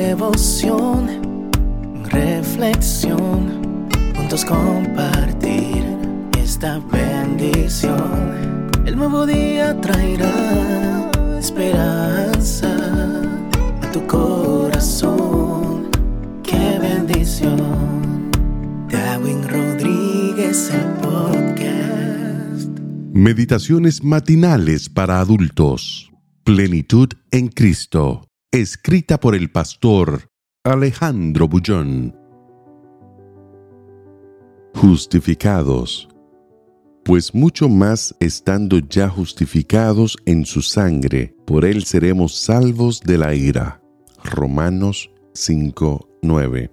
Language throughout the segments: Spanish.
devoción, reflexión, juntos compartir esta bendición. El nuevo día traerá esperanza a tu corazón. ¡Qué bendición! Darwin Rodríguez, el podcast. Meditaciones matinales para adultos. Plenitud en Cristo. Escrita por el pastor Alejandro Bullón. Justificados. Pues mucho más estando ya justificados en su sangre, por él seremos salvos de la ira. Romanos 5:9.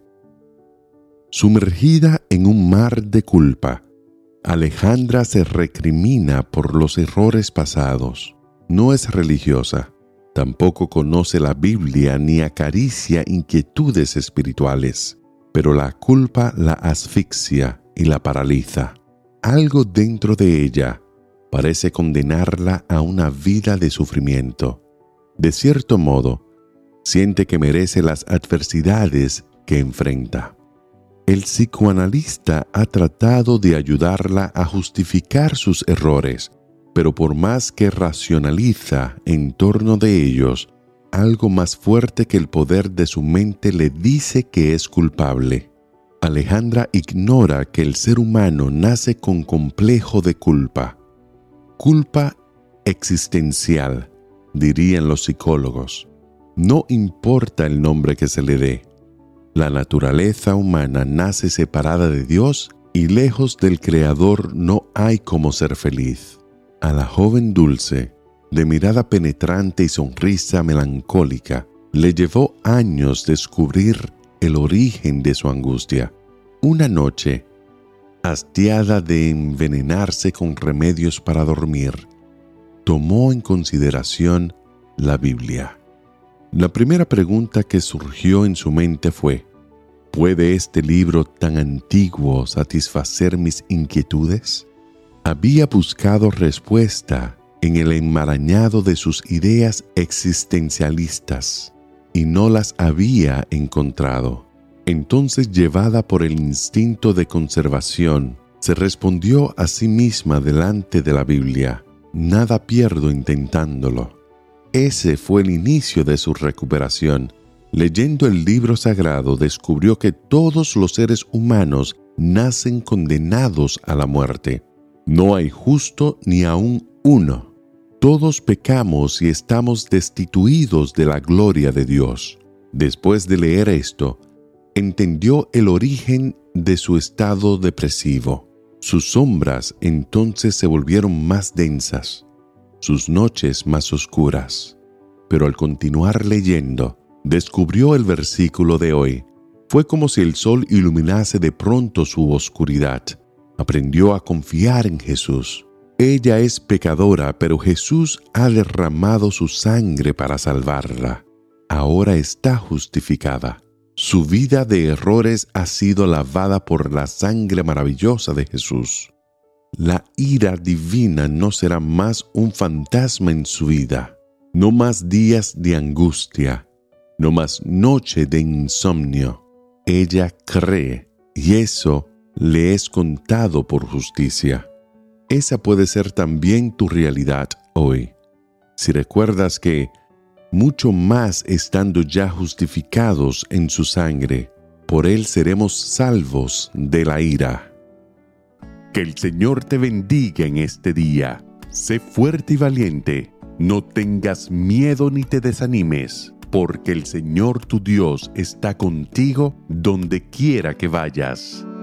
Sumergida en un mar de culpa, Alejandra se recrimina por los errores pasados. No es religiosa, tampoco conoce la Biblia ni acaricia inquietudes espirituales, pero la culpa la asfixia y la paraliza. Algo dentro de ella parece condenarla a una vida de sufrimiento. De cierto modo, siente que merece las adversidades que enfrenta. El psicoanalista ha tratado de ayudarla a justificar sus errores, pero por más que racionaliza en torno de ellos, algo más fuerte que el poder de su mente le dice que es culpable. Alejandra ignora que el ser humano nace con complejo de culpa. Culpa existencial, dirían los psicólogos. No importa el nombre que se le dé. La naturaleza humana nace separada de Dios y lejos del Creador no hay como ser feliz. A la joven dulce, de mirada penetrante y sonrisa melancólica, le llevó años descubrir el origen de su angustia. Una noche, hastiada de envenenarse con remedios para dormir, tomó en consideración la Biblia. La primera pregunta que surgió en su mente fue: ¿puede este libro tan antiguo satisfacer mis inquietudes? Había buscado respuesta en el enmarañado de sus ideas existencialistas y no las había encontrado. Entonces, llevada por el instinto de conservación, se respondió a sí misma delante de la Biblia: nada pierdo intentándolo. Ese fue el inicio de su recuperación. Leyendo el libro sagrado, descubrió que todos los seres humanos nacen condenados a la muerte. No hay justo ni aun uno. Todos pecamos y estamos destituidos de la gloria de Dios. Después de leer esto, entendió el origen de su estado depresivo. Sus sombras entonces se volvieron más densas, sus noches más oscuras. Pero al continuar leyendo, descubrió el versículo de hoy. Fue como si el sol iluminase de pronto su oscuridad. Aprendió a confiar en Jesús. Ella es pecadora, pero Jesús ha derramado su sangre para salvarla. Ahora está justificada. Su vida de errores ha sido lavada por la sangre maravillosa de Jesús. La ira divina no será más un fantasma en su vida. No más días de angustia. No más noche de insomnio. Ella cree, y eso le es contado por justicia. Esa puede ser también tu realidad hoy. Si recuerdas que, mucho más estando ya justificados en su sangre, por él seremos salvos de la ira. Que el Señor te bendiga en este día. Sé fuerte y valiente. No tengas miedo ni te desanimes, porque el Señor tu Dios está contigo donde quiera que vayas.